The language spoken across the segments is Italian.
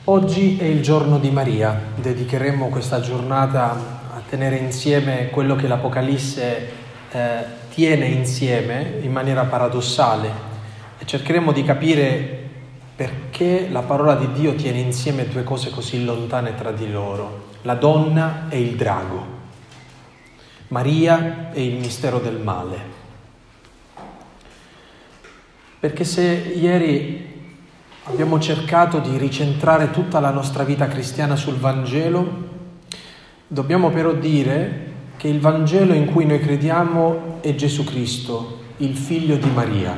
Oggi è il giorno di Maria, dedicheremo questa giornata a tenere insieme quello che l'Apocalisse tiene insieme in maniera paradossale e cercheremo di capire perché la parola di Dio tiene insieme due cose così lontane tra di loro, la donna e il drago, Maria e il mistero del male. Perché se ieri abbiamo cercato di ricentrare tutta la nostra vita cristiana sul Vangelo, dobbiamo però dire che il Vangelo in cui noi crediamo è Gesù Cristo, il figlio di Maria.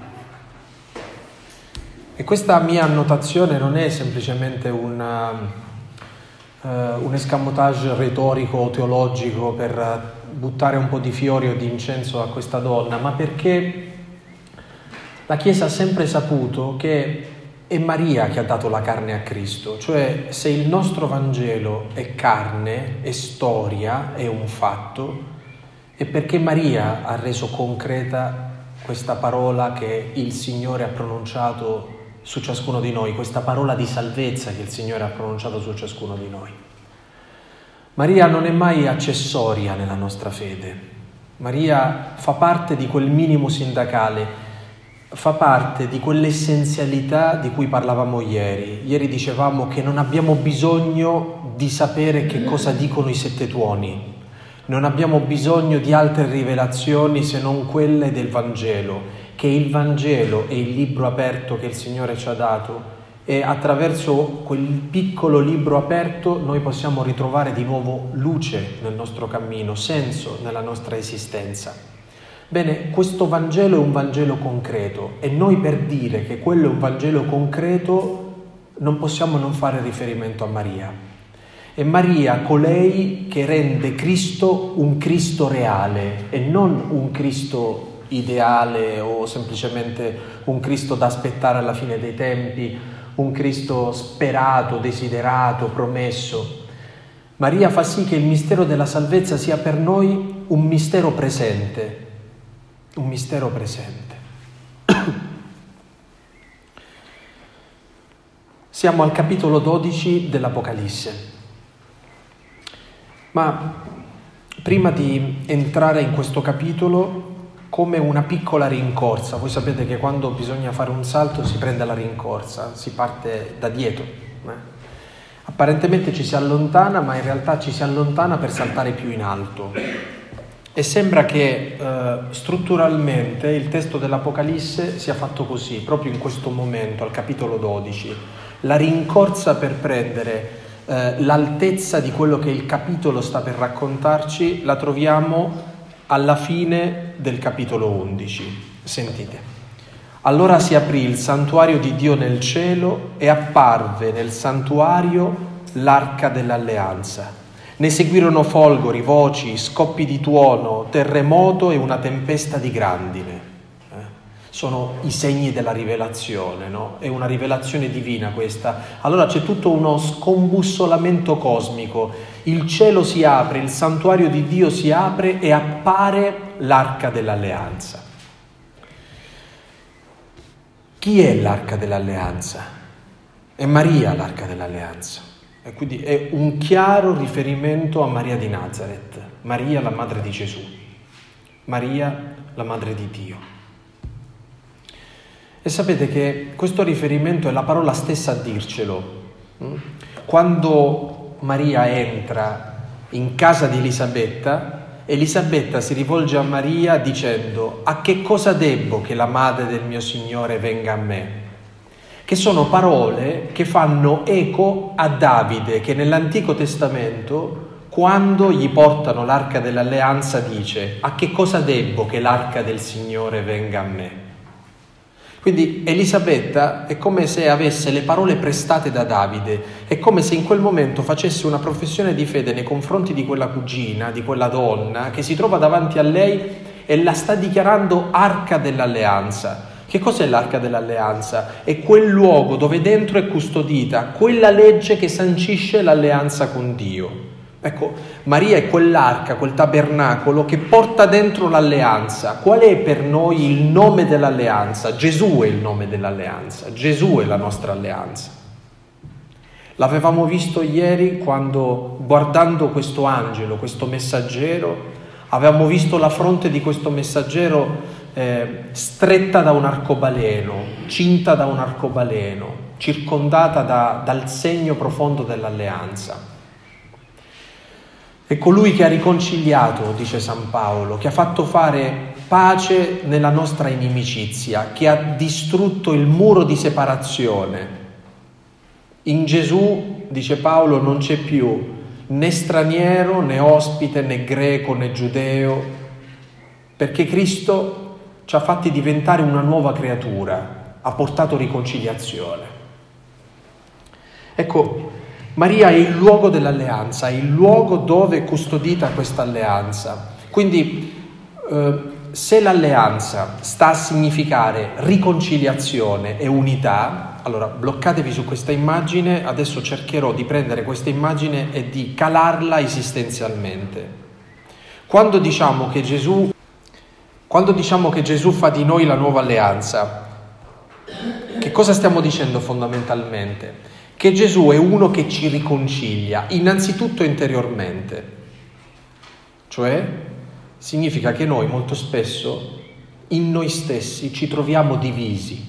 E questa mia annotazione non è semplicemente un escamotage retorico o teologico per buttare un po' di fiori o di incenso a questa donna, ma perché la Chiesa ha sempre saputo che è Maria che ha dato la carne a Cristo, cioè se il nostro Vangelo è carne, è storia, è un fatto, è perché Maria ha reso concreta questa parola che il Signore ha pronunciato su ciascuno di noi, questa parola di salvezza che il Signore ha pronunciato su ciascuno di noi. Maria non è mai accessoria nella nostra fede. Maria fa parte di quel minimo sindacale, fa parte di quell'essenzialità di cui parlavamo ieri. Ieri dicevamo che non abbiamo bisogno di sapere che cosa dicono i sette tuoni, non abbiamo bisogno di altre rivelazioni se non quelle del Vangelo, che il Vangelo è il libro aperto che il Signore ci ha dato e attraverso quel piccolo libro aperto noi possiamo ritrovare di nuovo luce nel nostro cammino, senso nella nostra esistenza. Bene, questo Vangelo è un Vangelo concreto e noi per dire che quello è un Vangelo concreto non possiamo non fare riferimento a Maria. È Maria colei che rende Cristo un Cristo reale e non un Cristo ideale o semplicemente un Cristo da aspettare alla fine dei tempi, un Cristo sperato, desiderato, promesso. Maria fa sì che il mistero della salvezza sia per noi un mistero presente. Un mistero presente. Siamo al capitolo 12 dell'Apocalisse. Ma prima di entrare in questo capitolo, come una piccola rincorsa, voi sapete che quando bisogna fare un salto si prende la rincorsa, si parte da dietro. Apparentemente ci si allontana, ma in realtà ci si allontana per saltare più in alto. E sembra che strutturalmente il testo dell'Apocalisse sia fatto così, proprio in questo momento, al capitolo 12. La rincorsa per prendere l'altezza di quello che il capitolo sta per raccontarci la troviamo alla fine del capitolo 11. Sentite. Allora si aprì il santuario di Dio nel cielo e apparve nel santuario l'arca dell'alleanza. Ne seguirono folgori, voci, scoppi di tuono, terremoto e una tempesta di grandine. Sono i segni della rivelazione, no? È una rivelazione divina questa. Allora c'è tutto uno scombussolamento cosmico. Il cielo si apre, il santuario di Dio si apre e appare l'arca dell'alleanza. Chi è l'arca dell'alleanza? È Maria l'arca dell'alleanza. E quindi è un chiaro riferimento a Maria di Nazaret, Maria la madre di Gesù, Maria la madre di Dio. E sapete che questo riferimento è la parola stessa a dircelo. Quando Maria entra in casa di Elisabetta, Elisabetta si rivolge a Maria dicendo: a che cosa debbo che la madre del mio Signore venga a me? Che sono parole che fanno eco a Davide, che nell'Antico Testamento, quando gli portano l'arca dell'alleanza, dice: a che cosa debbo che l'arca del Signore venga a me? Quindi Elisabetta è come se avesse le parole prestate da Davide, è come se in quel momento facesse una professione di fede nei confronti di quella cugina, di quella donna, che si trova davanti a lei e la sta dichiarando arca dell'alleanza. Che cos'è l'arca dell'alleanza? È quel luogo dove dentro è custodita quella legge che sancisce l'alleanza con Dio. Ecco, Maria è quell'arca, quel tabernacolo che porta dentro l'alleanza. Qual è per noi il nome dell'alleanza? Gesù è il nome dell'alleanza, Gesù è la nostra alleanza. L'avevamo visto ieri quando, guardando questo angelo, questo messaggero, avevamo visto la fronte di questo messaggero stretta da un arcobaleno, cinta da un arcobaleno, circondata dal segno profondo dell'alleanza. È colui che ha riconciliato, dice San Paolo, che ha fatto fare pace nella nostra inimicizia, che ha distrutto il muro di separazione. In Gesù, dice Paolo, non c'è più né straniero, né ospite, né greco, né giudeo, perché Cristo ci ha fatti diventare una nuova creatura, ha portato riconciliazione. Ecco, Maria è il luogo dell'alleanza, è il luogo dove è custodita questa alleanza. Quindi se l'alleanza sta a significare riconciliazione e unità, allora bloccatevi su questa immagine, adesso cercherò di prendere questa immagine e di calarla esistenzialmente. Quando diciamo che Gesù fa di noi la nuova alleanza, che cosa stiamo dicendo fondamentalmente? Che Gesù è uno che ci riconcilia, innanzitutto interiormente. Cioè, significa che noi molto spesso in noi stessi ci troviamo divisi.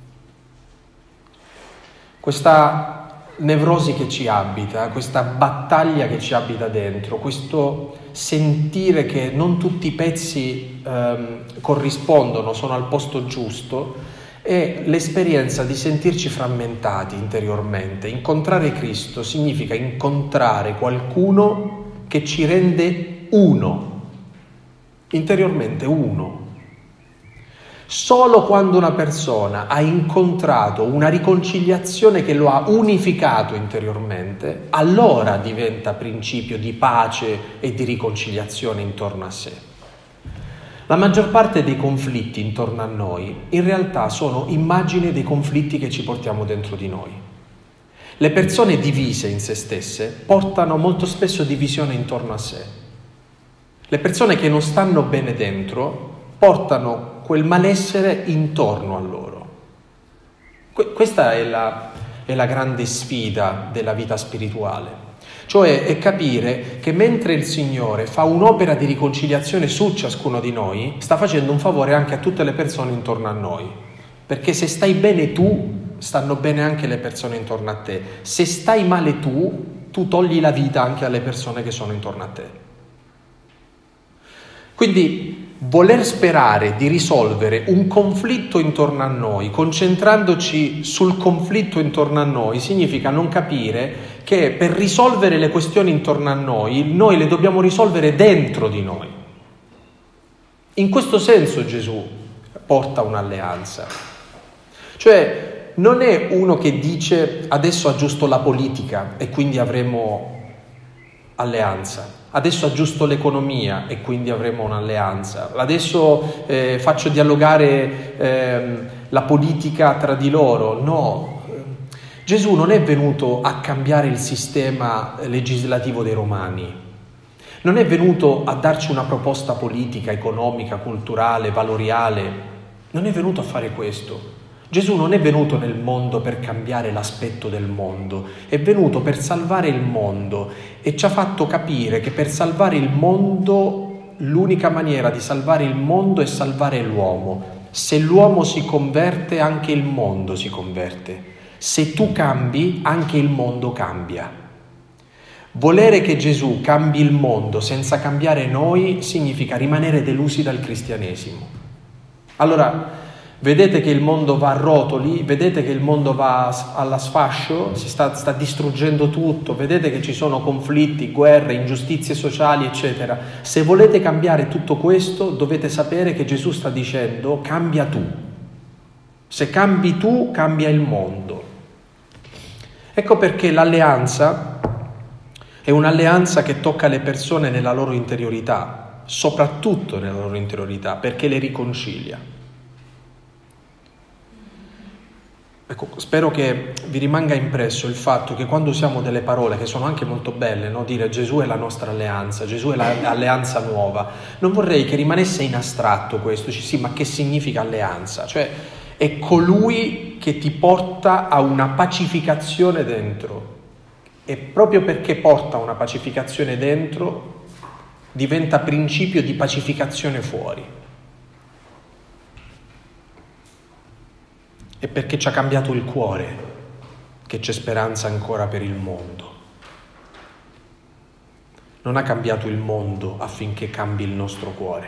Questa nevrosi che ci abita, questa battaglia che ci abita dentro, questo sentire che non tutti i pezzi corrispondono, sono al posto giusto, è l'esperienza di sentirci frammentati interiormente. Incontrare Cristo significa incontrare qualcuno che ci rende uno, interiormente uno. Solo quando una persona ha incontrato una riconciliazione che lo ha unificato interiormente, allora diventa principio di pace e di riconciliazione intorno a sé. La maggior parte dei conflitti intorno a noi in realtà sono immagini dei conflitti che ci portiamo dentro di noi. Le persone divise in se stesse portano molto spesso divisione intorno a sé. Le persone che non stanno bene dentro portano quel malessere intorno a loro. Questa è la grande sfida della vita spirituale. Cioè è capire che mentre il Signore fa un'opera di riconciliazione su ciascuno di noi, sta facendo un favore anche a tutte le persone intorno a noi. Perché se stai bene tu, stanno bene anche le persone intorno a te. Se stai male tu togli la vita anche alle persone che sono intorno a te. Quindi voler sperare di risolvere un conflitto intorno a noi, concentrandoci sul conflitto intorno a noi, significa non capire che per risolvere le questioni intorno a noi le dobbiamo risolvere dentro di noi. In questo senso Gesù porta un'alleanza. Cioè non è uno che dice adesso aggiusto la politica e quindi avremo alleanza. Adesso aggiusto l'economia e quindi avremo un'alleanza. Adesso faccio dialogare la politica tra di loro. No, Gesù non è venuto a cambiare il sistema legislativo dei Romani. Non è venuto a darci una proposta politica, economica, culturale, valoriale. Non è venuto a fare questo. Gesù non è venuto nel mondo per cambiare l'aspetto del mondo, è venuto per salvare il mondo e ci ha fatto capire che per salvare il mondo l'unica maniera di salvare il mondo è salvare l'uomo. Se l'uomo si converte, anche il mondo si converte. Se tu cambi, anche il mondo cambia. Volere che Gesù cambi il mondo senza cambiare noi significa rimanere delusi dal cristianesimo. Allora, vedete che il mondo va a rotoli, vedete che il mondo va alla sfascio, si sta distruggendo tutto, vedete che ci sono conflitti, guerre, ingiustizie sociali, eccetera. Se volete cambiare tutto questo, dovete sapere che Gesù sta dicendo cambia tu. Se cambi tu, cambia il mondo. Ecco perché l'alleanza è un'alleanza che tocca le persone nella loro interiorità, soprattutto nella loro interiorità, perché le riconcilia. Ecco, spero che vi rimanga impresso il fatto che quando usiamo delle parole che sono anche molto belle, no? Dire Gesù è la nostra alleanza, Gesù è l'alleanza nuova, non vorrei che rimanesse in astratto questo, sì, ma che significa alleanza? Cioè è colui che ti porta a una pacificazione dentro, e proprio perché porta una pacificazione dentro, diventa principio di pacificazione fuori. E perché ci ha cambiato il cuore, che c'è speranza ancora per il mondo. Non ha cambiato il mondo affinché cambi il nostro cuore.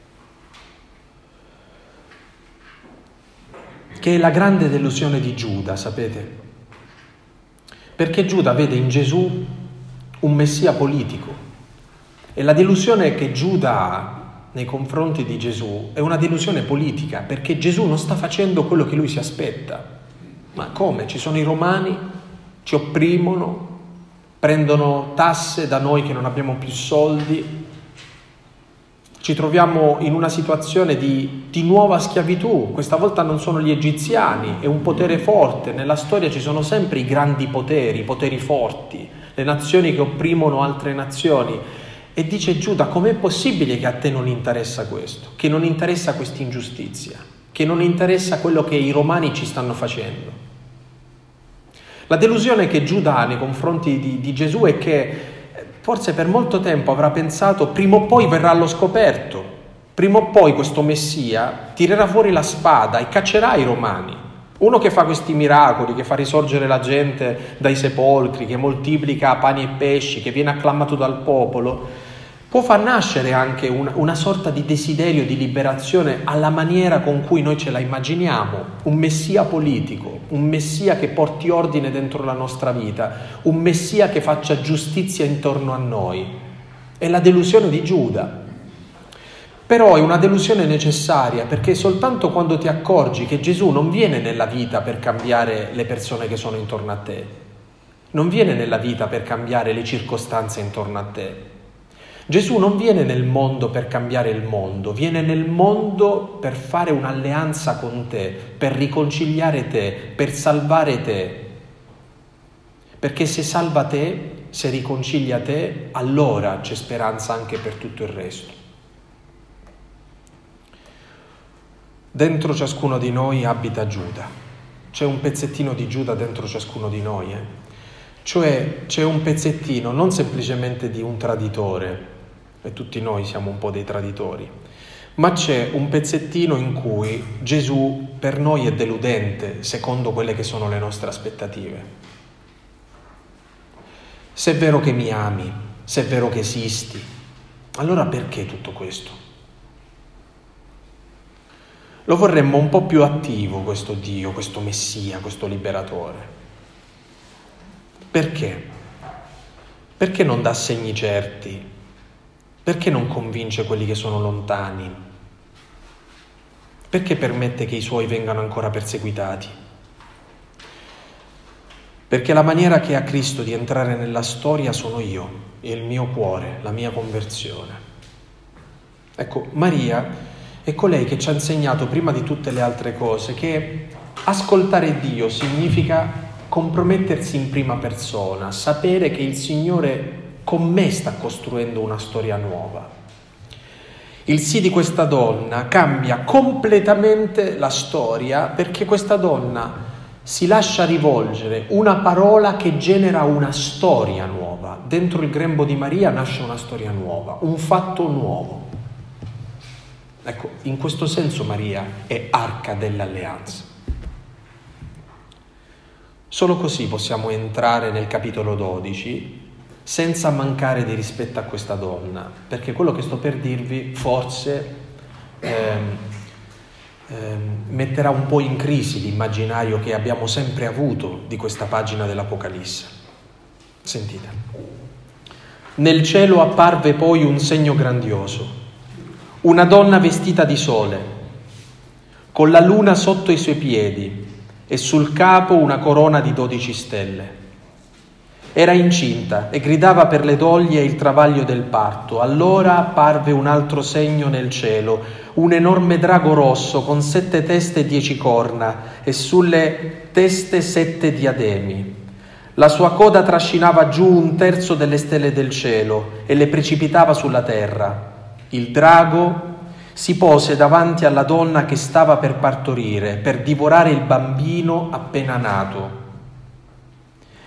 Che è la grande delusione di Giuda, sapete? Perché Giuda vede in Gesù un messia politico. E la delusione che Giuda ha nei confronti di Gesù è una delusione politica, perché Gesù non sta facendo quello che lui si aspetta. Ma come? Ci sono i romani, ci opprimono, prendono tasse da noi che non abbiamo più soldi, ci troviamo in una situazione di nuova schiavitù. Questa volta non sono gli egiziani, è un potere forte. Nella storia ci sono sempre i grandi poteri, i poteri forti, le nazioni che opprimono altre nazioni. E dice Giuda, com'è possibile che a te non interessa questo? Che non interessa questa ingiustizia? Che non interessa quello che i romani ci stanno facendo? La delusione che Giuda ha nei confronti di Gesù è che forse per molto tempo avrà pensato prima o poi verrà allo scoperto, prima o poi questo Messia tirerà fuori la spada e caccerà i romani. Uno che fa questi miracoli, che fa risorgere la gente dai sepolcri, che moltiplica pani e pesci, che viene acclamato dal popolo, può far nascere anche una sorta di desiderio di liberazione alla maniera con cui noi ce la immaginiamo, un messia politico, un messia che porti ordine dentro la nostra vita, un messia che faccia giustizia intorno a noi. È la delusione di Giuda. Però è una delusione necessaria, perché soltanto quando ti accorgi che Gesù non viene nella vita per cambiare le persone che sono intorno a te, non viene nella vita per cambiare le circostanze intorno a te. Gesù non viene nel mondo per cambiare il mondo, viene nel mondo per fare un'alleanza con te, per riconciliare te, per salvare te. Perché se salva te, se riconcilia te, allora c'è speranza anche per tutto il resto. Dentro ciascuno di noi abita Giuda. C'è un pezzettino di Giuda dentro ciascuno di noi. Cioè c'è un pezzettino, non semplicemente di un traditore, e tutti noi siamo un po' dei traditori, ma c'è un pezzettino in cui Gesù per noi è deludente secondo quelle che sono le nostre aspettative. Se è vero che mi ami, se è vero che esisti, allora perché tutto questo? Lo vorremmo un po' più attivo questo Dio, questo Messia, questo liberatore. Perché? Perché non dà segni certi? Perché non convince quelli che sono lontani? Perché permette che i suoi vengano ancora perseguitati? Perché la maniera che ha Cristo di entrare nella storia sono io, e il mio cuore, la mia conversione. Ecco, Maria è colei che ci ha insegnato prima di tutte le altre cose che ascoltare Dio significa compromettersi in prima persona, sapere che il Signore con me sta costruendo una storia nuova. Il sì di questa donna cambia completamente la storia, perché questa donna si lascia rivolgere una parola che genera una storia nuova. Dentro il grembo di Maria nasce una storia nuova, un fatto nuovo. Ecco, in questo senso Maria è arca dell'alleanza. Solo così possiamo entrare nel capitolo 12 senza mancare di rispetto a questa donna, perché quello che sto per dirvi forse metterà un po' in crisi l'immaginario che abbiamo sempre avuto di questa pagina dell'Apocalisse. Sentite. Nel cielo apparve poi un segno grandioso. Una donna vestita di sole, con la luna sotto i suoi piedi e sul capo una corona di 12 stelle. Era incinta e gridava per le doglie e il travaglio del parto. Allora apparve un altro segno nel cielo, un enorme drago rosso con 7 teste e 10 corna e sulle teste 7 diademi. La sua coda trascinava giù 1/3 delle stelle del cielo e le precipitava sulla terra. Il drago si pose davanti alla donna che stava per partorire, per divorare il bambino appena nato.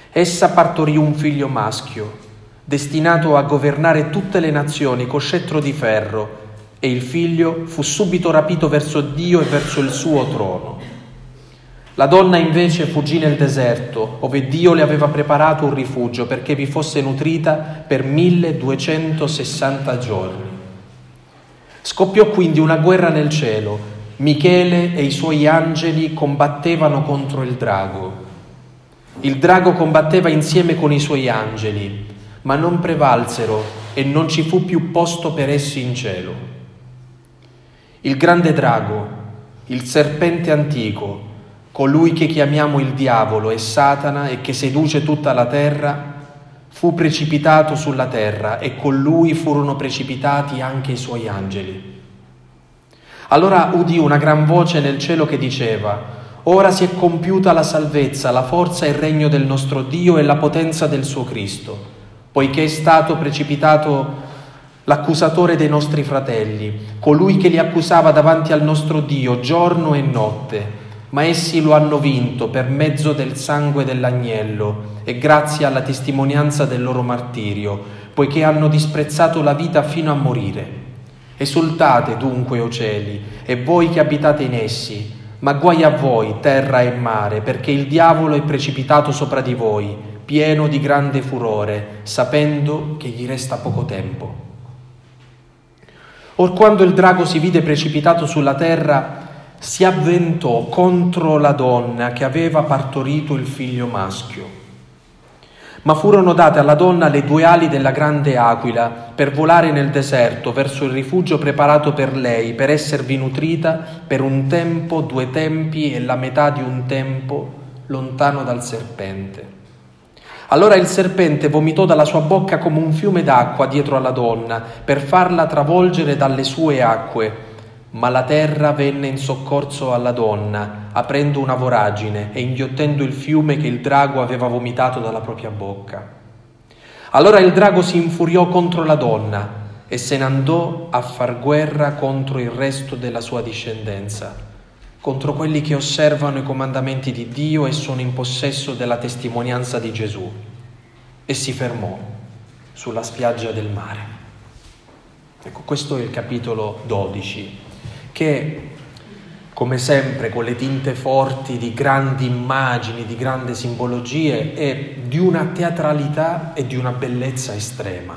Essa partorì un figlio maschio, destinato a governare tutte le nazioni con scettro di ferro, e il figlio fu subito rapito verso Dio e verso il suo trono. La donna invece fuggì nel deserto, ove Dio le aveva preparato un rifugio perché vi fosse nutrita per 1260 giorni. Scoppiò quindi una guerra nel cielo. Michele e i suoi angeli combattevano contro il drago. Il drago combatteva insieme con i suoi angeli, ma non prevalsero e non ci fu più posto per essi in cielo. Il grande drago, il serpente antico, colui che chiamiamo il diavolo e Satana e che seduce tutta la terra, fu precipitato sulla terra e con lui furono precipitati anche i suoi angeli. Allora udì una gran voce nel cielo che diceva: ora si è compiuta la salvezza, la forza e il regno del nostro Dio e la potenza del suo Cristo, poiché è stato precipitato l'accusatore dei nostri fratelli, colui che li accusava davanti al nostro Dio giorno e notte, ma essi lo hanno vinto per mezzo del sangue dell'agnello e grazie alla testimonianza del loro martirio, poiché hanno disprezzato la vita fino a morire. Esultate dunque, o cieli, e voi che abitate in essi, ma guai a voi, terra e mare, perché il diavolo è precipitato sopra di voi, pieno di grande furore, sapendo che gli resta poco tempo. Or quando il drago si vide precipitato sulla terra, si avventò contro la donna che aveva partorito il figlio maschio. Ma furono date alla donna le 2 ali della grande aquila per volare nel deserto verso il rifugio preparato per lei, per esservi nutrita per un tempo, 2 tempi e la metà di un tempo lontano dal serpente. Allora il serpente vomitò dalla sua bocca come un fiume d'acqua dietro alla donna per farla travolgere dalle sue acque. Ma la terra venne in soccorso alla donna, aprendo una voragine e inghiottendo il fiume che il drago aveva vomitato dalla propria bocca. Allora il drago si infuriò contro la donna e se ne andò a far guerra contro il resto della sua discendenza, contro quelli che osservano i comandamenti di Dio e sono in possesso della testimonianza di Gesù, e si fermò sulla spiaggia del mare. Ecco, questo è il capitolo 12. Che, come sempre, con le tinte forti di grandi immagini, di grandi simbologie, è di una teatralità e di una bellezza estrema.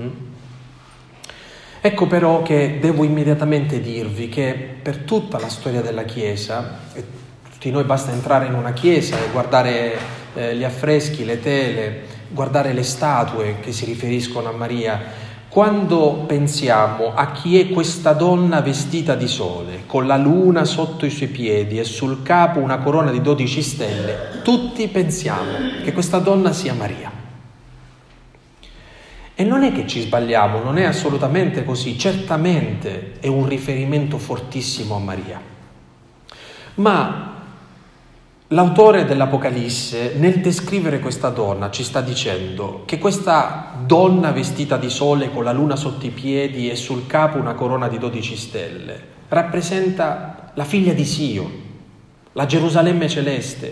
Ecco però che devo immediatamente dirvi che per tutta la storia della Chiesa, e tutti noi basta entrare in una chiesa e guardare gli affreschi, le tele, guardare le statue che si riferiscono a Maria, quando pensiamo a chi è questa donna vestita di sole, con la luna sotto i suoi piedi e sul capo una corona di 12 stelle, tutti pensiamo che questa donna sia Maria. E non è che ci sbagliamo, non è assolutamente così, certamente è un riferimento fortissimo a Maria. Ma l'autore dell'Apocalisse, nel descrivere questa donna, ci sta dicendo che questa donna vestita di sole con la luna sotto i piedi e sul capo una corona di 12 stelle rappresenta la figlia di Sio, la Gerusalemme celeste,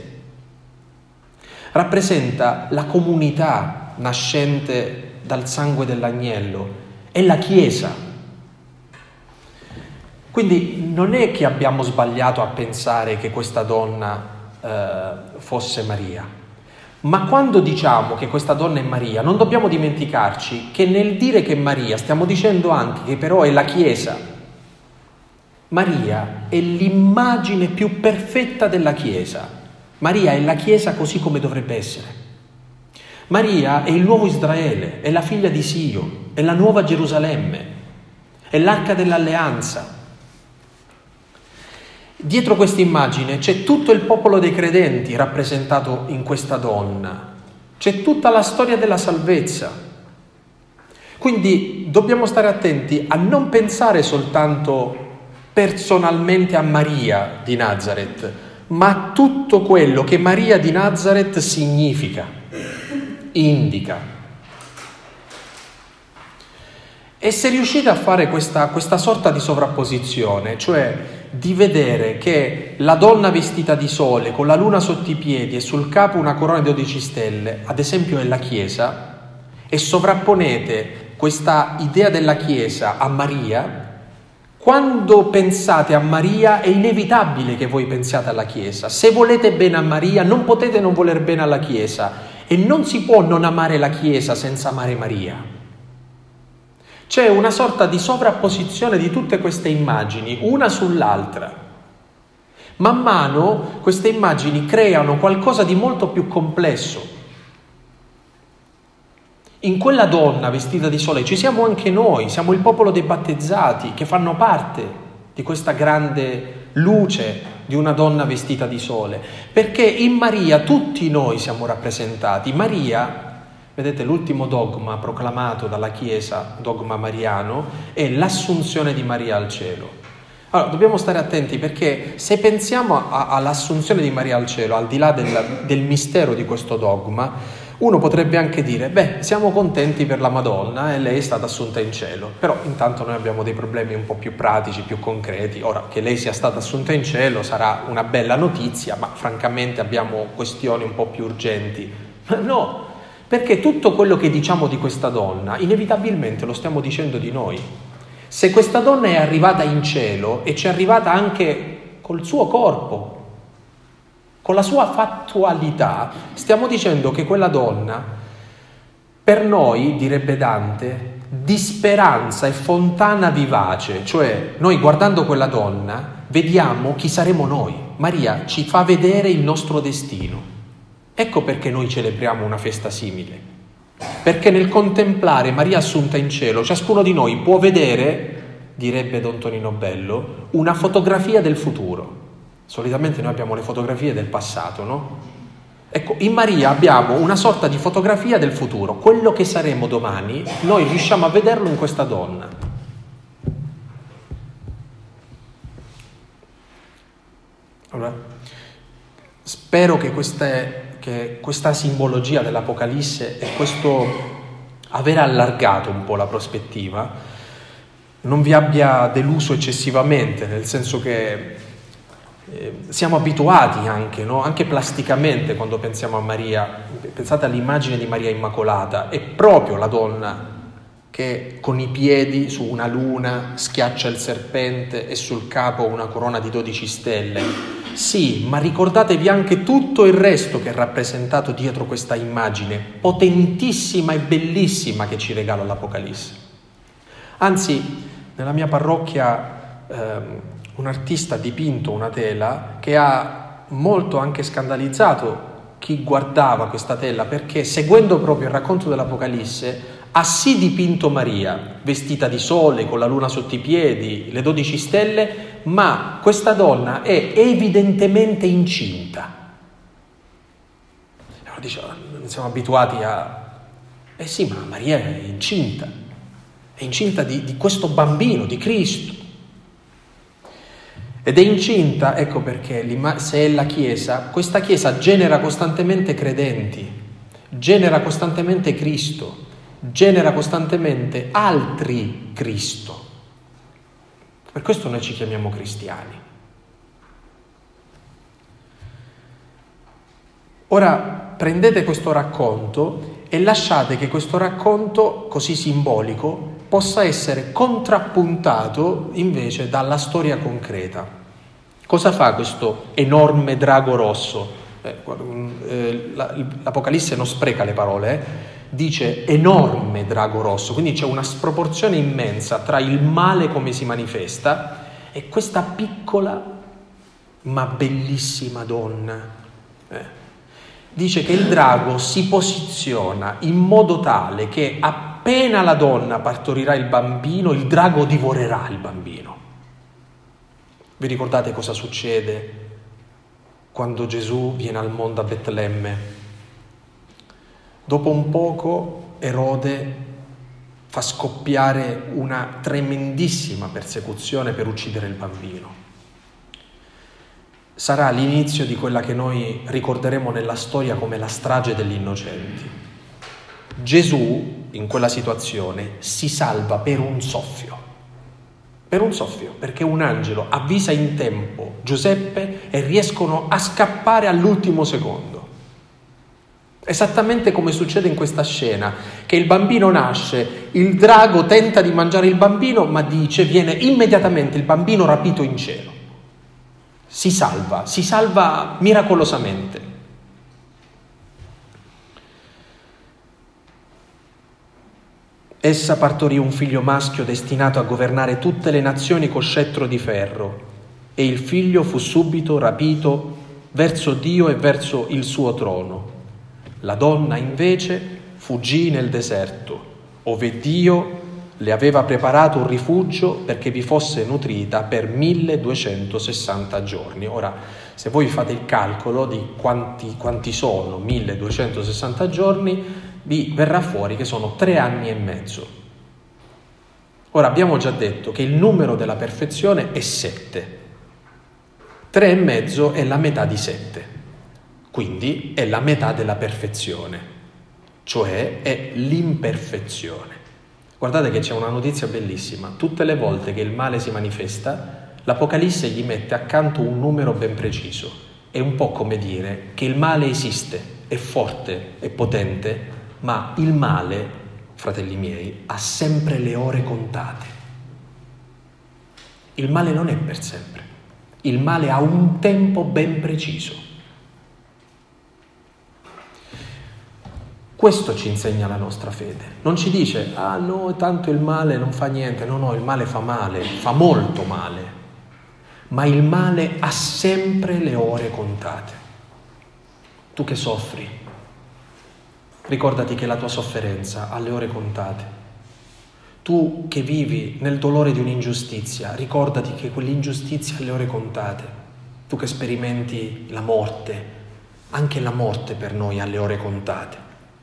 rappresenta la comunità nascente dal sangue dell'agnello, è la Chiesa. Quindi non è che abbiamo sbagliato a pensare che questa donna fosse Maria, ma quando diciamo che questa donna è Maria non dobbiamo dimenticarci che nel dire che è Maria stiamo dicendo anche che però è la Chiesa. Maria è l'immagine più perfetta della Chiesa. Maria è la Chiesa così come dovrebbe essere. Maria è il nuovo Israele, è la figlia di Sio, è la nuova Gerusalemme, è l'arca dell'alleanza. Dietro questa immagine c'è tutto il popolo dei credenti rappresentato in questa donna, c'è tutta la storia della salvezza. Quindi dobbiamo stare attenti a non pensare soltanto personalmente a Maria di Nazareth, ma a tutto quello che Maria di Nazareth significa, indica. E se riuscite a fare questa sorta di sovrapposizione, cioè di vedere che la donna vestita di sole, con la luna sotto i piedi e sul capo una corona di 12 stelle, ad esempio è la Chiesa, e sovrapponete questa idea della Chiesa a Maria, quando pensate a Maria è inevitabile che voi pensiate alla Chiesa. Se volete bene a Maria non potete non voler bene alla Chiesa, e non si può non amare la Chiesa senza amare Maria. C'è una sorta di sovrapposizione di tutte queste immagini, una sull'altra. Man mano queste immagini creano qualcosa di molto più complesso. In quella donna vestita di sole ci siamo anche noi, siamo il popolo dei battezzati che fanno parte di questa grande luce di una donna vestita di sole, perché in Maria tutti noi siamo rappresentati. Maria, vedete, l'ultimo dogma proclamato dalla Chiesa, dogma mariano, è l'assunzione di Maria al cielo. Allora, dobbiamo stare attenti, perché se pensiamo all'assunzione di Maria al cielo, al di là del mistero di questo dogma, uno potrebbe anche dire, siamo contenti per la Madonna e lei è stata assunta in cielo, però intanto noi abbiamo dei problemi un po' più pratici, più concreti. Ora, che lei sia stata assunta in cielo sarà una bella notizia, ma francamente abbiamo questioni un po' più urgenti. Ma no, perché tutto quello che diciamo di questa donna, inevitabilmente lo stiamo dicendo di noi. Se questa donna è arrivata in cielo e ci è arrivata anche col suo corpo, con la sua fattualità, stiamo dicendo che quella donna, per noi, direbbe Dante, di speranza e fontana vivace, cioè noi guardando quella donna vediamo chi saremo noi. Maria ci fa vedere il nostro destino. Ecco perché noi celebriamo una festa simile, perché nel contemplare Maria assunta in cielo, ciascuno di noi può vedere, direbbe Don Tonino Bello, una fotografia del futuro. Solitamente noi abbiamo le fotografie del passato, no? Ecco, in Maria abbiamo una sorta di fotografia del futuro. Quello che saremo domani, noi riusciamo a vederlo in questa donna. Allora, spero che questa simbologia dell'Apocalisse e questo aver allargato un po' la prospettiva non vi abbia deluso eccessivamente, nel senso che siamo abituati anche, no? Anche plasticamente, quando pensiamo a Maria, pensate all'immagine di Maria Immacolata, è proprio la donna che con i piedi su una luna schiaccia il serpente e sul capo una corona di 12 stelle. Sì, ma ricordatevi anche tutto il resto che è rappresentato dietro questa immagine potentissima e bellissima che ci regala l'Apocalisse. Anzi, nella mia parrocchia un artista ha dipinto una tela che ha molto anche scandalizzato chi guardava questa tela, perché seguendo proprio il racconto dell'Apocalisse ha sì dipinto Maria vestita di sole con la luna sotto i piedi, le 12 stelle, ma questa donna è evidentemente incinta. Allora dice, non siamo abituati sì, ma Maria è incinta di questo bambino, di Cristo. Ed è incinta, ecco perché, se è la Chiesa, questa Chiesa genera costantemente credenti, genera costantemente Cristo, genera costantemente altri Cristo. Per questo noi ci chiamiamo cristiani. Ora prendete questo racconto e lasciate che questo racconto così simbolico possa essere contrappuntato invece dalla storia concreta. Cosa fa questo enorme drago rosso? L'Apocalisse non spreca le parole, dice enorme drago rosso, quindi c'è una sproporzione immensa tra il male come si manifesta e questa piccola ma bellissima donna. Dice che il drago si posiziona in modo tale che appena la donna partorirà il bambino, il drago divorerà il bambino. Vi ricordate cosa succede quando Gesù viene al mondo a Betlemme? Dopo un poco Erode fa scoppiare una tremendissima persecuzione per uccidere il bambino. Sarà l'inizio di quella che noi ricorderemo nella storia come la strage degli innocenti. Gesù, in quella situazione, si salva per un soffio. per un soffio, perché un angelo avvisa in tempo Giuseppe e riescono a scappare all'ultimo secondo. Esattamente come succede in questa scena, che il bambino nasce, il drago tenta di mangiare il bambino, ma viene immediatamente il bambino rapito in cielo. Si salva miracolosamente. Essa partorì un figlio maschio destinato a governare tutte le nazioni con scettro di ferro, e il figlio fu subito rapito verso Dio e verso il suo trono. La donna invece fuggì nel deserto, ove Dio le aveva preparato un rifugio perché vi fosse nutrita per 1260 giorni. Ora, se voi fate il calcolo di quanti sono 1260 giorni, vi verrà fuori che sono 3 anni e mezzo. Ora, abbiamo già detto che il numero della perfezione è 7. 3 e mezzo è la metà di 7. Quindi è la metà della perfezione, cioè è l'imperfezione. Guardate che c'è una notizia bellissima. Tutte le volte che il male si manifesta, l'Apocalisse gli mette accanto un numero ben preciso. È un po' come dire che il male esiste, è forte, è potente, ma il male, fratelli miei, ha sempre le ore contate. Il male non è per sempre. Il male ha un tempo ben preciso. Questo ci insegna la nostra fede. Non ci dice, no, tanto il male non fa niente. No, il male fa male, fa molto male. Ma il male ha sempre le ore contate. Tu che soffri, ricordati che la tua sofferenza ha le ore contate. Tu che vivi nel dolore di un'ingiustizia, ricordati che quell'ingiustizia ha le ore contate. Tu che sperimenti la morte, anche la morte per noi ha le ore contate.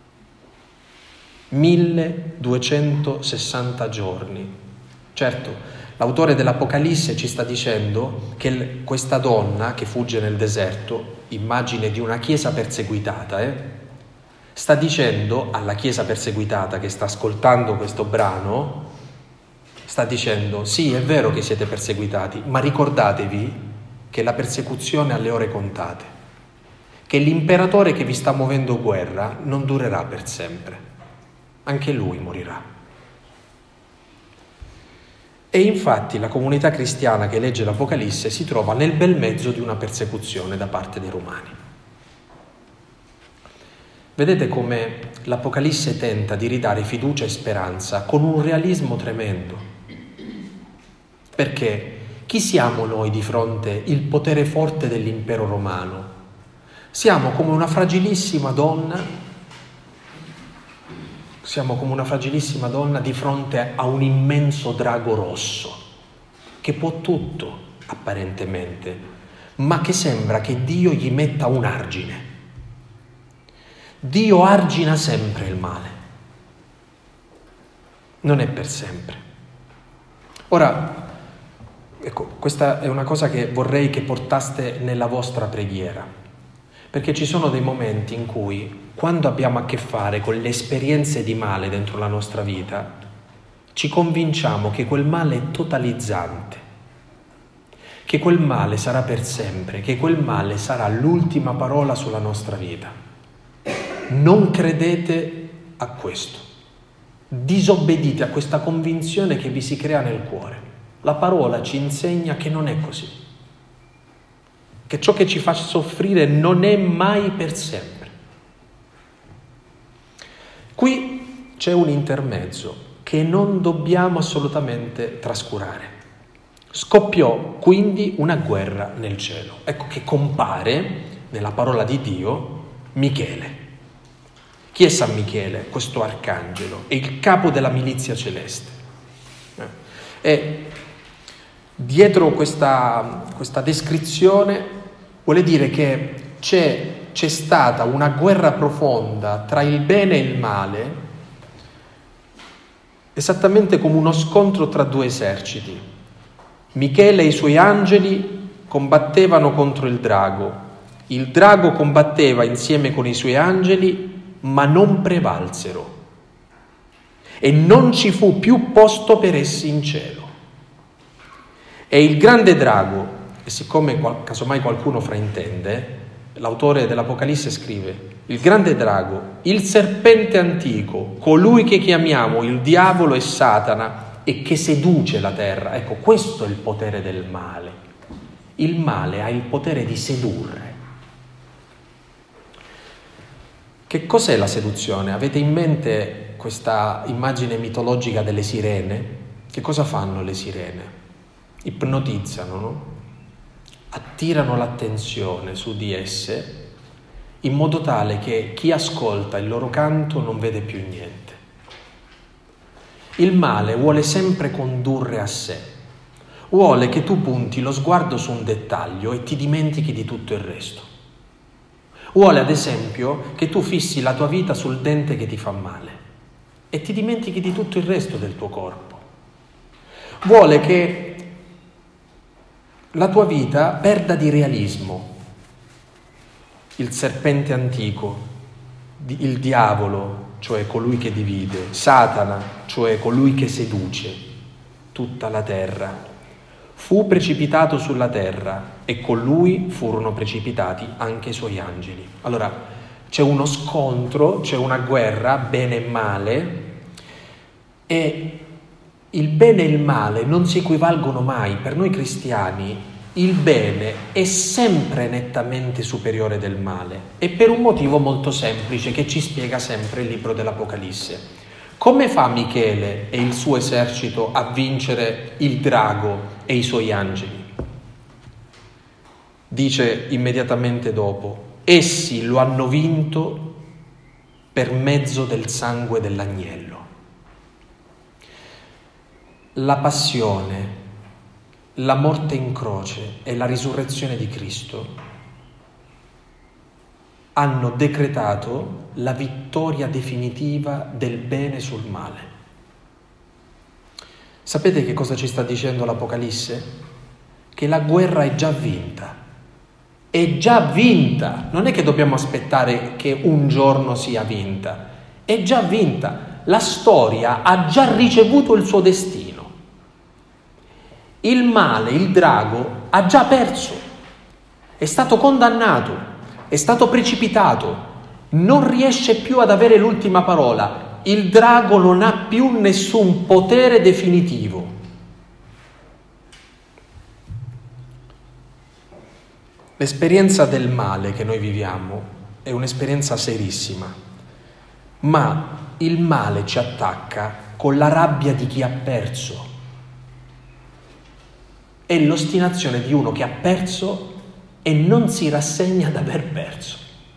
1260 giorni. Certo, l'autore dell'Apocalisse ci sta dicendo che questa donna che fugge nel deserto, immagine di una chiesa perseguitata, sta dicendo alla chiesa perseguitata che sta ascoltando questo brano, sta dicendo, sì, è vero che siete perseguitati, ma ricordatevi che la persecuzione ha le ore contate, che l'imperatore che vi sta muovendo guerra non durerà per sempre. Anche lui morirà. E infatti la comunità cristiana che legge l'Apocalisse si trova nel bel mezzo di una persecuzione da parte dei romani. Vedete come l'Apocalisse tenta di ridare fiducia e speranza con un realismo tremendo. Perché chi siamo noi di fronte al potere forte dell'impero romano? Siamo come una fragilissima donna di fronte a un immenso drago rosso, che può tutto, apparentemente, ma che sembra che Dio gli metta un argine. Dio argina sempre il male. Non è per sempre. Ora, ecco, questa è una cosa che vorrei che portaste nella vostra preghiera. Perché ci sono dei momenti in cui, quando abbiamo a che fare con le esperienze di male dentro la nostra vita, ci convinciamo che quel male è totalizzante, che quel male sarà per sempre, che quel male sarà l'ultima parola sulla nostra vita. Non credete a questo. Disobbedite a questa convinzione che vi si crea nel cuore. La parola ci insegna che non è così. Che ciò che ci fa soffrire non è mai per sempre. Qui c'è un intermezzo che non dobbiamo assolutamente trascurare. Scoppiò quindi una guerra nel cielo. Ecco che compare nella parola di Dio Michele. Chi è San Michele? Questo arcangelo, è il capo della milizia celeste. E dietro questa descrizione vuole dire che c'è stata una guerra profonda tra il bene e il male, esattamente come uno scontro tra due eserciti. Michele e i suoi angeli combattevano contro il drago combatteva insieme con i suoi angeli, ma non prevalsero, e non ci fu più posto per essi in cielo. E il grande drago, e siccome casomai qualcuno fraintende, l'autore dell'Apocalisse scrive: il grande drago, il serpente antico, colui che chiamiamo il diavolo e Satana e che seduce la terra. Ecco, questo è il potere del male. Il male ha il potere di sedurre. Che cos'è la seduzione? Avete in mente questa immagine mitologica delle sirene? Che cosa fanno le sirene? Ipnotizzano, no? Attirano l'attenzione su di esse in modo tale che chi ascolta il loro canto non vede più niente. Il male vuole sempre condurre a sé, vuole che tu punti lo sguardo su un dettaglio e ti dimentichi di tutto il resto. Vuole ad esempio che tu fissi la tua vita sul dente che ti fa male e ti dimentichi di tutto il resto del tuo corpo. Vuole che la tua vita perda di realismo. Il serpente antico, il diavolo, cioè colui che divide, Satana, cioè colui che seduce tutta la terra, fu precipitato sulla terra e con lui furono precipitati anche i suoi angeli. Allora c'è uno scontro, c'è una guerra, bene e male, e il bene e il male non si equivalgono mai. Per noi cristiani il bene è sempre nettamente superiore del male, e per un motivo molto semplice che ci spiega sempre il libro dell'Apocalisse. Come fa Michele e il suo esercito a vincere il drago e i suoi angeli? Dice immediatamente dopo: essi lo hanno vinto per mezzo del sangue dell'agnello. La passione, la morte in croce e la risurrezione di Cristo hanno decretato la vittoria definitiva del bene sul male. Sapete che cosa ci sta dicendo l'Apocalisse? Che la guerra è già vinta. È già vinta. Non è che dobbiamo aspettare che un giorno sia vinta. È già vinta. La storia ha già ricevuto il suo destino. Il male, il drago, ha già perso, è stato condannato, è stato precipitato, non riesce più ad avere l'ultima parola. Il drago non ha più nessun potere definitivo. L'esperienza del male che noi viviamo è un'esperienza serissima, ma il male ci attacca con la rabbia di chi ha perso. È l'ostinazione di uno che ha perso e non si rassegna ad aver perso.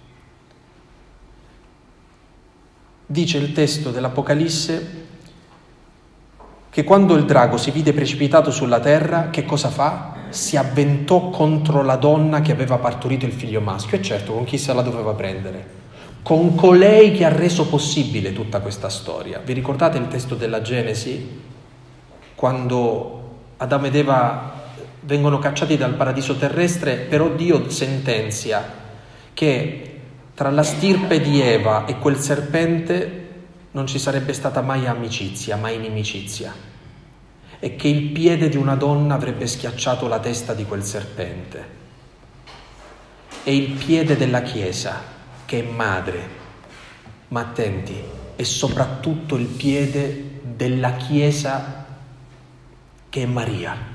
Dice il testo dell'Apocalisse che quando il drago si vide precipitato sulla terra, che cosa fa? Si avventò contro la donna che aveva partorito il figlio maschio. E certo, con chi se la doveva prendere? Con colei che ha reso possibile tutta questa storia. Vi ricordate il testo della Genesi? Quando Adamo ed Eva vengono cacciati dal paradiso terrestre, però Dio sentenzia che tra la stirpe di Eva e quel serpente non ci sarebbe stata mai amicizia, mai inimicizia, e che il piede di una donna avrebbe schiacciato la testa di quel serpente. E il piede della Chiesa, che è madre, ma attenti, è soprattutto il piede della Chiesa, che è Maria.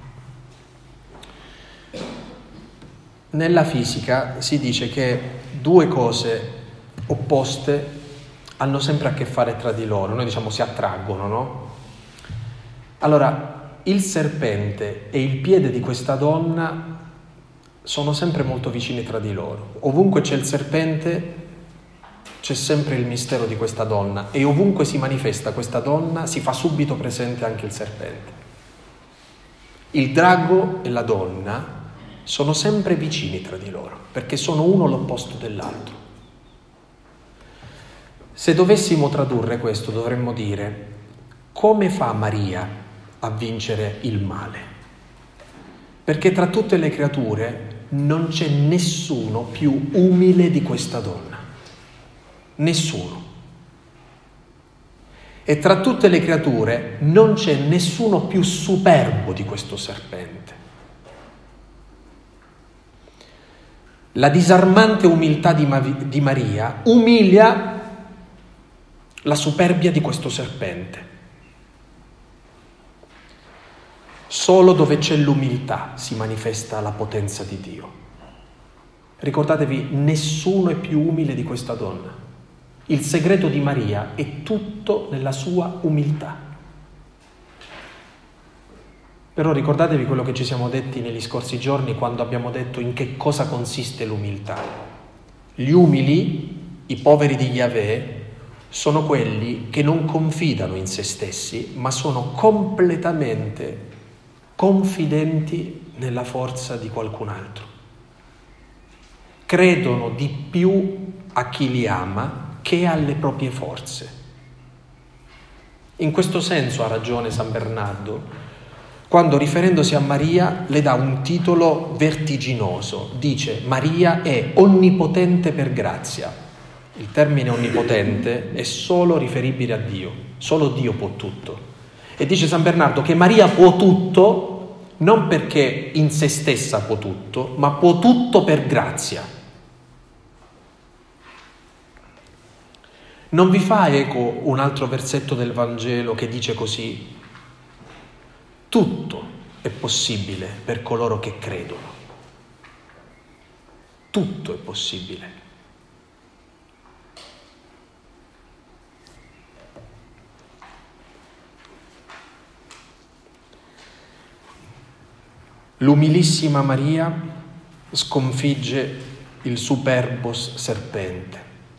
Nella fisica si dice che due cose opposte hanno sempre a che fare tra di loro, noi diciamo si attraggono, no? Allora, il serpente e il piede di questa donna sono sempre molto vicini tra di loro. Ovunque c'è il serpente c'è sempre il mistero di questa donna, e ovunque si manifesta questa donna si fa subito presente anche il serpente. Il drago e la donna sono sempre vicini tra di loro, perché sono uno l'opposto dell'altro. Se dovessimo tradurre questo, dovremmo dire: come fa Maria a vincere il male? Perché tra tutte le creature non c'è nessuno più umile di questa donna. Nessuno. E tra tutte le creature non c'è nessuno più superbo di questo serpente. La disarmante umiltà di Maria umilia la superbia di questo serpente. Solo dove c'è l'umiltà si manifesta la potenza di Dio. Ricordatevi, nessuno è più umile di questa donna. Il segreto di Maria è tutto nella sua umiltà. Però ricordatevi quello che ci siamo detti negli scorsi giorni quando abbiamo detto in che cosa consiste l'umiltà. Gli umili, i poveri di Yahweh, sono quelli che non confidano in se stessi, ma sono completamente confidenti nella forza di qualcun altro. Credono di più a chi li ama che alle proprie forze. In questo senso ha ragione San Bernardo quando, riferendosi a Maria, le dà un titolo vertiginoso. Dice: Maria è onnipotente per grazia. Il termine onnipotente è solo riferibile a Dio, solo Dio può tutto. E dice San Bernardo che Maria può tutto non perché in se stessa può tutto, ma può tutto per grazia. Non vi fa eco un altro versetto del Vangelo che dice così: tutto è possibile per coloro che credono. Tutto è possibile. L'umilissima Maria sconfigge il superbo serpente.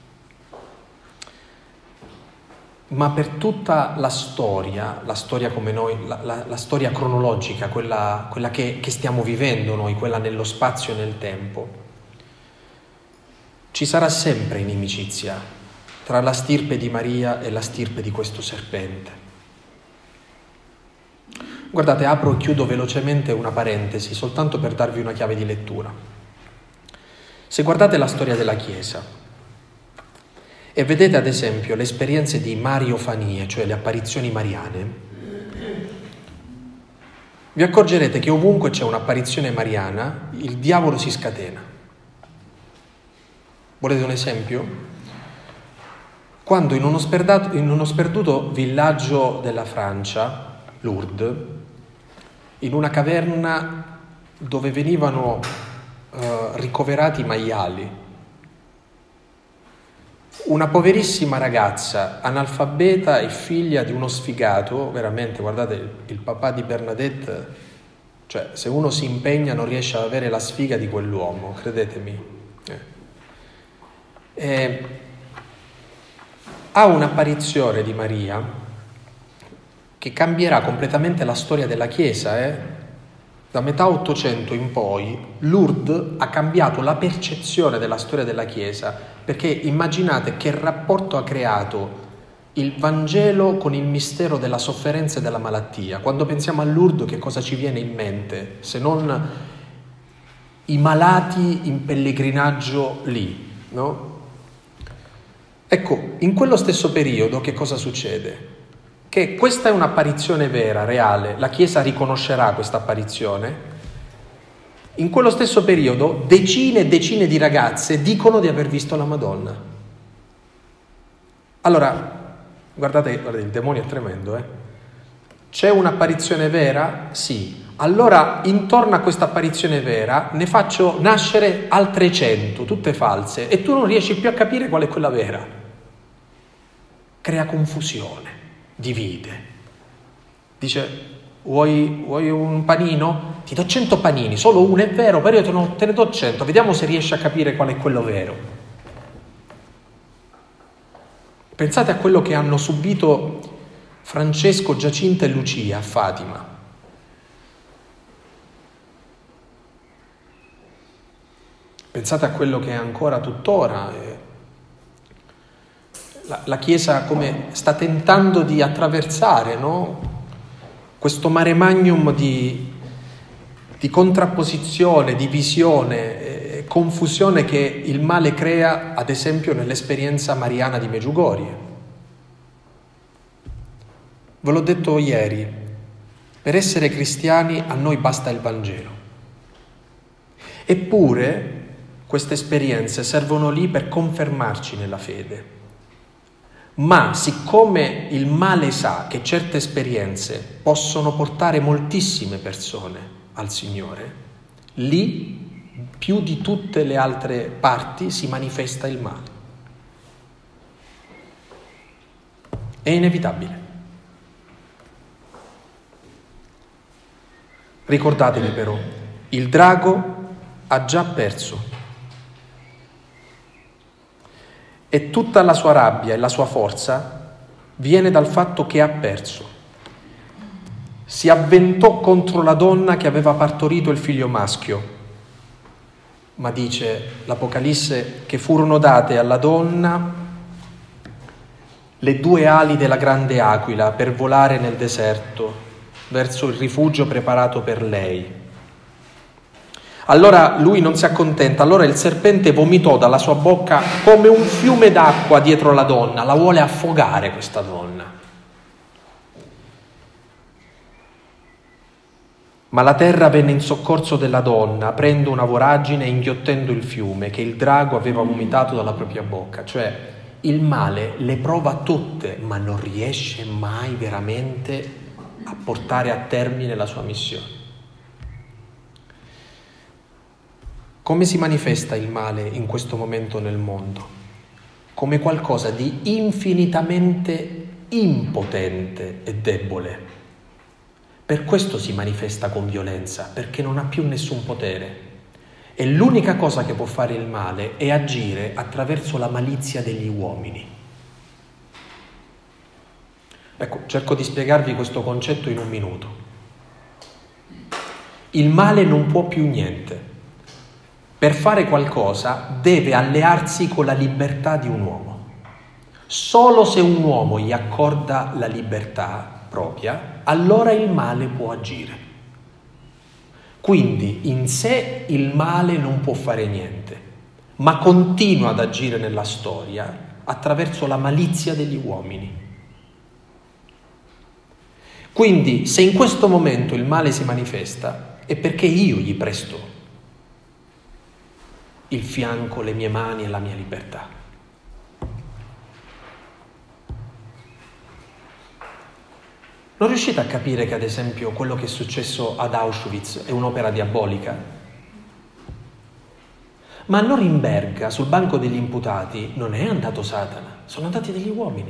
Ma per tutta la storia come noi, la storia cronologica, quella che stiamo vivendo noi, quella nello spazio e nel tempo, ci sarà sempre inimicizia tra la stirpe di Maria e la stirpe di questo serpente. Guardate, apro e chiudo velocemente una parentesi, soltanto per darvi una chiave di lettura. Se guardate la storia della Chiesa e vedete ad esempio le esperienze di mariofanie, cioè le apparizioni mariane, vi accorgerete che ovunque c'è un'apparizione mariana, il diavolo si scatena. Volete un esempio? Quando in uno sperduto villaggio della Francia, Lourdes, in una caverna dove venivano ricoverati maiali, una poverissima ragazza analfabeta e figlia di uno sfigato, veramente, guardate, il papà di Bernadette, cioè se uno si impegna non riesce ad avere la sfiga di quell'uomo, credetemi. Ha un'apparizione di Maria che cambierà completamente la storia della Chiesa. Da metà Ottocento in poi Lourdes ha cambiato la percezione della storia della Chiesa, perché immaginate che rapporto ha creato il Vangelo con il mistero della sofferenza e della malattia. Quando pensiamo a Lourdes, che cosa ci viene in mente se non i malati in pellegrinaggio lì, no? Ecco, in quello stesso periodo che cosa succede? Che questa è un'apparizione vera, reale, la Chiesa riconoscerà questa apparizione. In quello stesso periodo decine e decine di ragazze dicono di aver visto la Madonna. Allora, guardate, il demonio è tremendo, C'è un'apparizione vera? Sì. Allora, intorno a questa apparizione vera, ne faccio nascere altre 100, tutte false, e tu non riesci più a capire qual è quella vera. Crea confusione, divide. Dice: vuoi un panino? Ti do 100 panini, solo uno è vero, però io te ne do 100, vediamo se riesci a capire qual è quello vero. Pensate a quello che hanno subito Francesco, Giacinta e Lucia a Fatima. Pensate a quello che è ancora tuttora. La Chiesa come sta tentando di attraversare, no? Questo mare magnum di contrapposizione, divisione, confusione che il male crea, ad esempio, nell'esperienza mariana di Medjugorje. Ve l'ho detto ieri, per essere cristiani a noi basta il Vangelo. Eppure queste esperienze servono lì per confermarci nella fede. Ma siccome il male sa che certe esperienze possono portare moltissime persone al Signore, lì più di tutte le altre parti si manifesta il male. È inevitabile. Ricordatevi però, il drago ha già perso e tutta la sua rabbia e la sua forza viene dal fatto che ha perso. Si avventò contro la donna che aveva partorito il figlio maschio, ma dice l'Apocalisse che furono date alla donna le 2 ali della grande aquila per volare nel deserto verso il rifugio preparato per lei. Allora lui non si accontenta, allora il serpente vomitò dalla sua bocca come un fiume d'acqua dietro la donna, la vuole affogare questa donna. Ma la terra venne in soccorso della donna, aprendo una voragine e inghiottendo il fiume che il drago aveva vomitato dalla propria bocca. Cioè il male le prova tutte, ma non riesce mai veramente a portare a termine la sua missione. Come si manifesta il male in questo momento nel mondo? Come qualcosa di infinitamente impotente e debole. Per questo si manifesta con violenza, perché non ha più nessun potere. E l'unica cosa che può fare il male è agire attraverso la malizia degli uomini. Ecco, cerco di spiegarvi questo concetto in un minuto. Il male non può più niente. Per fare qualcosa deve allearsi con la libertà di un uomo. Solo se un uomo gli accorda la libertà propria, allora il male può agire. Quindi in sé il male non può fare niente, ma continua ad agire nella storia attraverso la malizia degli uomini. Quindi se in questo momento il male si manifesta è perché io gli presto il fianco, le mie mani e la mia libertà. Non riuscite a capire che, ad esempio, quello che è successo ad Auschwitz è un'opera diabolica? Ma a Norimberga, sul banco degli imputati, non è andato Satana, sono andati degli uomini.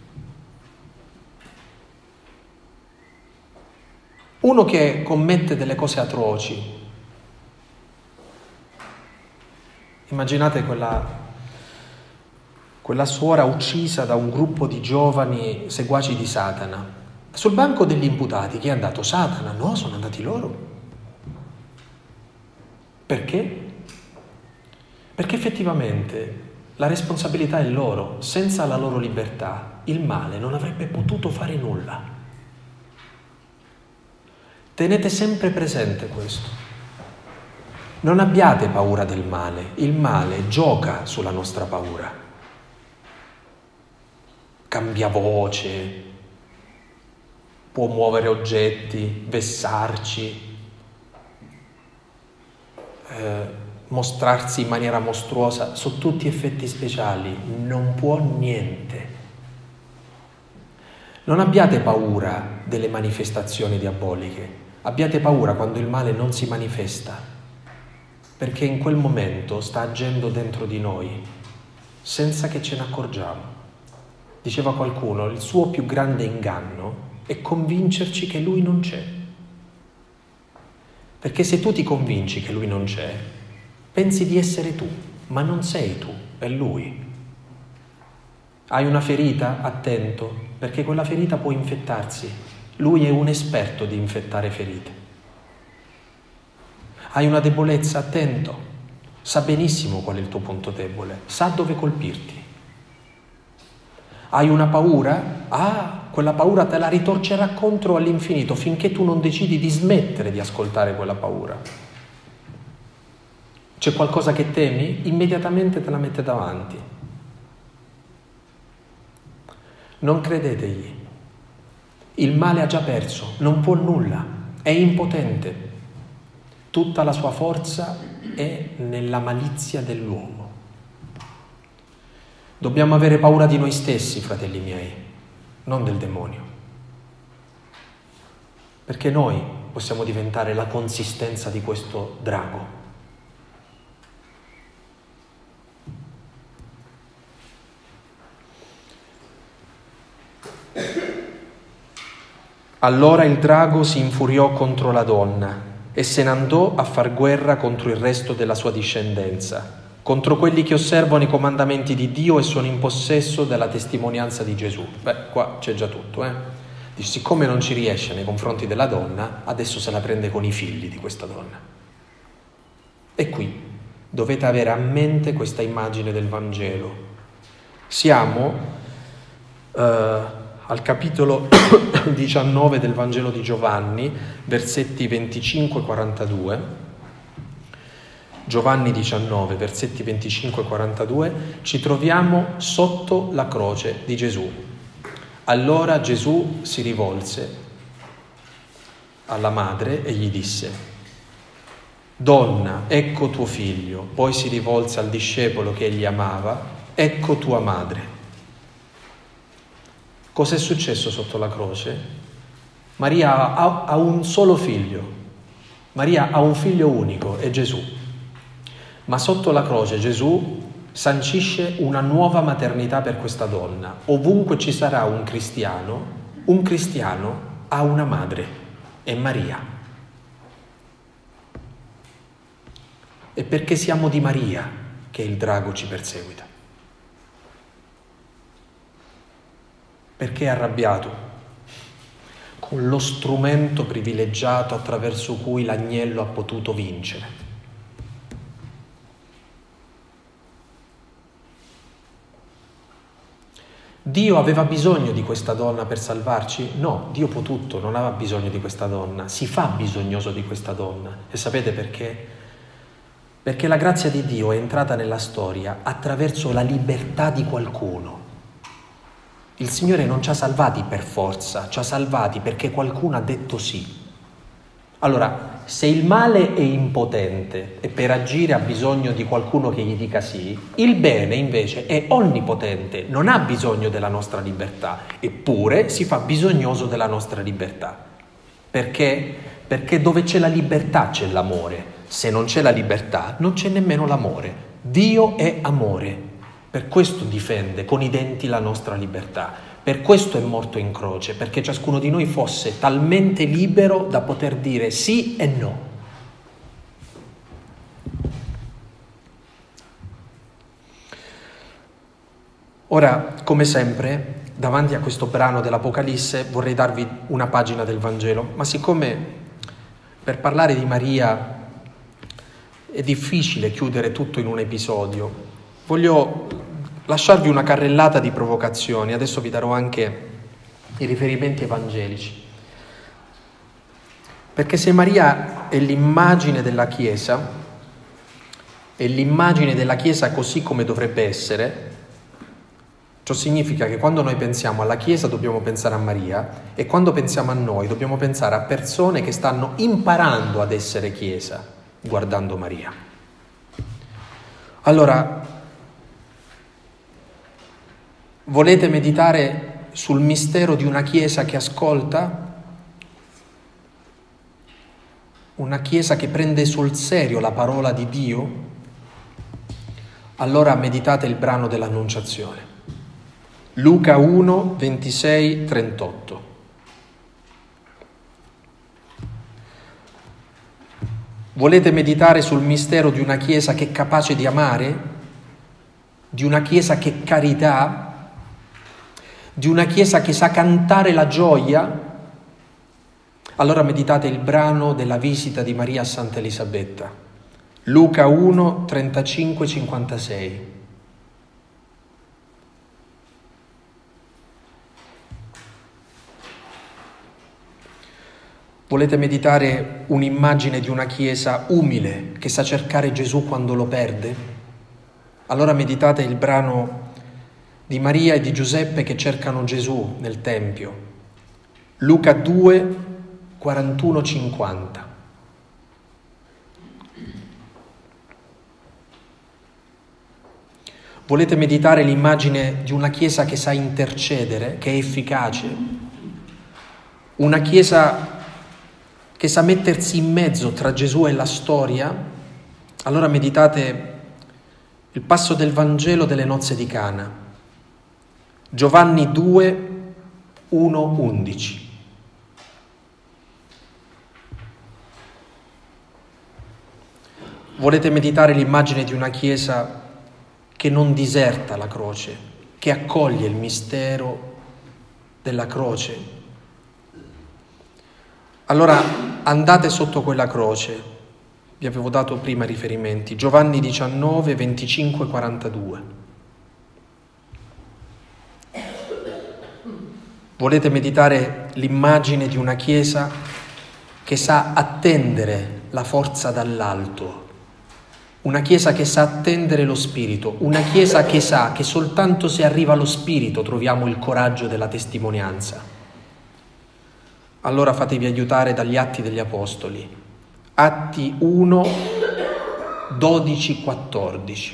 Uno che commette delle cose atroci. Immaginate quella suora uccisa da un gruppo di giovani seguaci di Satana. Sul banco degli imputati chi è andato? Satana? No, sono andati loro. Perché? Perché effettivamente la responsabilità è loro. Senza la loro libertà il male non avrebbe potuto fare nulla. Tenete sempre presente questo. Non abbiate paura del male, il male gioca sulla nostra paura. Cambia voce, può muovere oggetti, vessarci, mostrarsi in maniera mostruosa, sono tutti effetti speciali, non può niente. Non abbiate paura delle manifestazioni diaboliche, abbiate paura quando il male non si manifesta. Perché in quel momento sta agendo dentro di noi, senza che ce ne accorgiamo. Diceva qualcuno, il suo più grande inganno è convincerci che lui non c'è. Perché se tu ti convinci che lui non c'è, pensi di essere tu, ma non sei tu, è lui. Hai una ferita? Attento, perché quella ferita può infettarsi. Lui è un esperto di infettare ferite. Hai una debolezza? Attento, sa benissimo qual è il tuo punto debole, sa dove colpirti. Hai una paura? Quella paura te la ritorcerà contro all'infinito finché tu non decidi di smettere di ascoltare quella paura. C'è qualcosa che temi? Immediatamente te la mette davanti. Non credetegli. Il male ha già perso, non può nulla, è impotente. Tutta la sua forza è nella malizia dell'uomo. Dobbiamo avere paura di noi stessi, fratelli miei, non del demonio. Perché noi possiamo diventare la consistenza di questo drago. Allora il drago si infuriò contro la donna e se ne andò a far guerra contro il resto della sua discendenza, contro quelli che osservano i comandamenti di Dio e sono in possesso della testimonianza di Gesù. Beh, qua c'è già tutto, Dice, siccome non ci riesce nei confronti della donna, adesso se la prende con i figli di questa donna. E qui dovete avere a mente questa immagine del Vangelo. Siamo al capitolo 19 del Vangelo di Giovanni, versetti 25-42. Giovanni 19, versetti 25-42, ci troviamo sotto la croce di Gesù. Allora Gesù si rivolse alla madre e gli disse: Donna, ecco tuo figlio. Poi si rivolse al discepolo che egli amava: ecco tua madre. Cos'è successo sotto la croce? Maria ha un solo figlio. Maria ha un figlio unico, è Gesù. Ma sotto la croce Gesù sancisce una nuova maternità per questa donna. Ovunque ci sarà un cristiano ha una madre, è Maria. È perché siamo di Maria che il drago ci perseguita. Perché è arrabbiato con lo strumento privilegiato attraverso cui l'agnello ha potuto vincere. Dio aveva bisogno di questa donna per salvarci? No, Dio può tutto, non aveva bisogno di questa donna, si fa bisognoso di questa donna. E sapete perché? Perché la grazia di Dio è entrata nella storia attraverso la libertà di qualcuno. Il Signore non ci ha salvati per forza, ci ha salvati perché qualcuno ha detto sì. Allora, se il male è impotente e per agire ha bisogno di qualcuno che gli dica sì, il bene invece è onnipotente, non ha bisogno della nostra libertà, eppure si fa bisognoso della nostra libertà. Perché? Perché dove c'è la libertà c'è l'amore. Se non c'è la libertà non c'è nemmeno l'amore. Dio è amore. Per questo difende con i denti la nostra libertà, per questo è morto in croce, perché ciascuno di noi fosse talmente libero da poter dire sì e no. Ora, come sempre, davanti a questo brano dell'Apocalisse vorrei darvi una pagina del Vangelo, ma siccome per parlare di Maria è difficile chiudere tutto in un episodio, voglio lasciarvi una carrellata di provocazioni. Adesso vi darò anche i riferimenti evangelici. Perché se Maria è l'immagine della Chiesa, è l'immagine della Chiesa così come dovrebbe essere, ciò significa che quando noi pensiamo alla Chiesa dobbiamo pensare a Maria e quando pensiamo a noi dobbiamo pensare a persone che stanno imparando ad essere Chiesa guardando Maria. Allora, volete meditare sul mistero di una Chiesa che ascolta? Una Chiesa che prende sul serio la parola di Dio? Allora meditate il brano dell'Annunciazione. Luca 1, 26, 38. Volete meditare sul mistero di una Chiesa che è capace di amare? Di una Chiesa che è carità? Di una Chiesa che sa cantare la gioia? Allora meditate il brano della visita di Maria a Santa Elisabetta. Luca 1, 35, 56. Volete meditare un'immagine di una Chiesa umile che sa cercare Gesù quando lo perde? Allora meditate il brano di Maria e di Giuseppe che cercano Gesù nel Tempio. Luca 2, 41-50. Volete meditare l'immagine di una Chiesa che sa intercedere, che è efficace? Una Chiesa che sa mettersi in mezzo tra Gesù e la storia? Allora meditate il passo del Vangelo delle nozze di Cana. Giovanni 2, 1, 11. Volete meditare l'immagine di una Chiesa che non diserta la croce, che accoglie il mistero della croce? Allora andate sotto quella croce. Vi avevo dato prima riferimenti. Giovanni 19, 25, 42. Volete meditare l'immagine di una Chiesa che sa attendere la forza dall'alto? Una Chiesa che sa attendere lo Spirito, una Chiesa che sa che soltanto se arriva lo Spirito troviamo il coraggio della testimonianza. Allora fatevi aiutare dagli Atti degli Apostoli. Atti 1, 12, 14.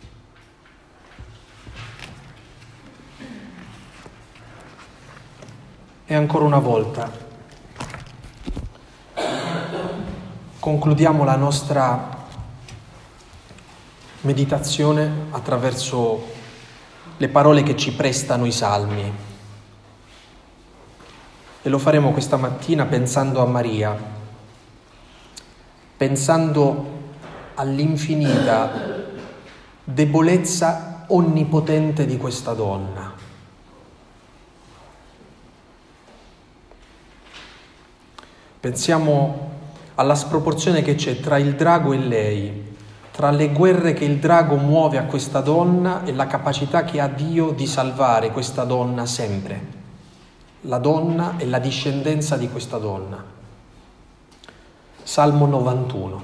E ancora una volta concludiamo la nostra meditazione attraverso le parole che ci prestano i Salmi. E lo faremo questa mattina pensando a Maria, pensando all'infinita debolezza onnipotente di questa donna. Pensiamo alla sproporzione che c'è tra il drago e lei, tra le guerre che il drago muove a questa donna e la capacità che ha Dio di salvare questa donna sempre, la donna e la discendenza di questa donna. Salmo 91.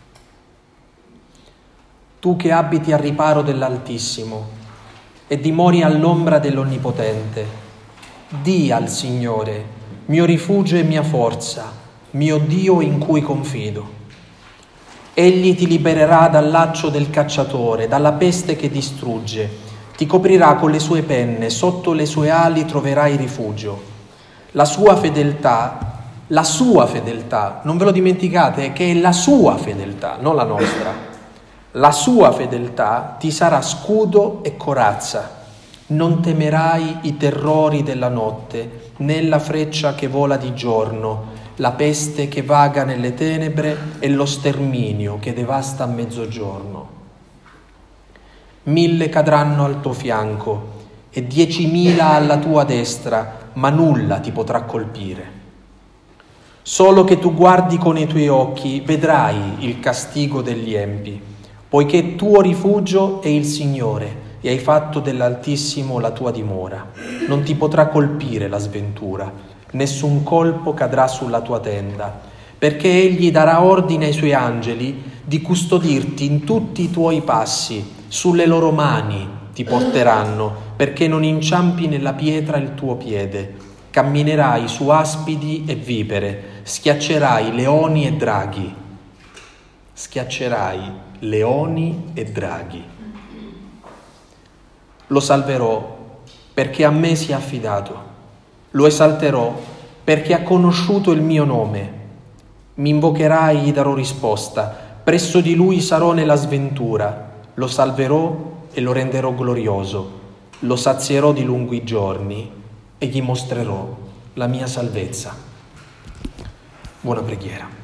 Tu che abiti al riparo dell'Altissimo e dimori all'ombra dell'Onnipotente, di al Signore, mio rifugio e mia forza, mio Dio in cui confido. Egli ti libererà dal laccio del cacciatore, dalla peste che distrugge. Ti coprirà con le sue penne, sotto le sue ali troverai rifugio. La sua fedeltà, non ve lo dimenticate, che è la sua fedeltà, non la nostra. La sua fedeltà ti sarà scudo e corazza. Non temerai i terrori della notte, né la freccia che vola di giorno, la peste che vaga nelle tenebre e lo sterminio che devasta a mezzogiorno. 1000 cadranno al tuo fianco e 10.000 alla tua destra, ma nulla ti potrà colpire. Solo che tu guardi con i tuoi occhi, vedrai il castigo degli empi, poiché tuo rifugio è il Signore e hai fatto dell'Altissimo la tua dimora. Non ti potrà colpire la sventura, nessun colpo cadrà sulla tua tenda, perché egli darà ordine ai suoi angeli di custodirti in tutti i tuoi passi, sulle loro mani ti porteranno, perché non inciampi nella pietra il tuo piede. Camminerai su aspidi e vipere, schiaccerai leoni e draghi. Schiaccerai leoni e draghi. Lo salverò perché a me si è affidato. Lo esalterò perché ha conosciuto il mio nome. Mi invocherai e gli darò risposta. Presso di lui sarò nella sventura. Lo salverò e lo renderò glorioso. Lo sazierò di lunghi giorni e gli mostrerò la mia salvezza. Buona preghiera.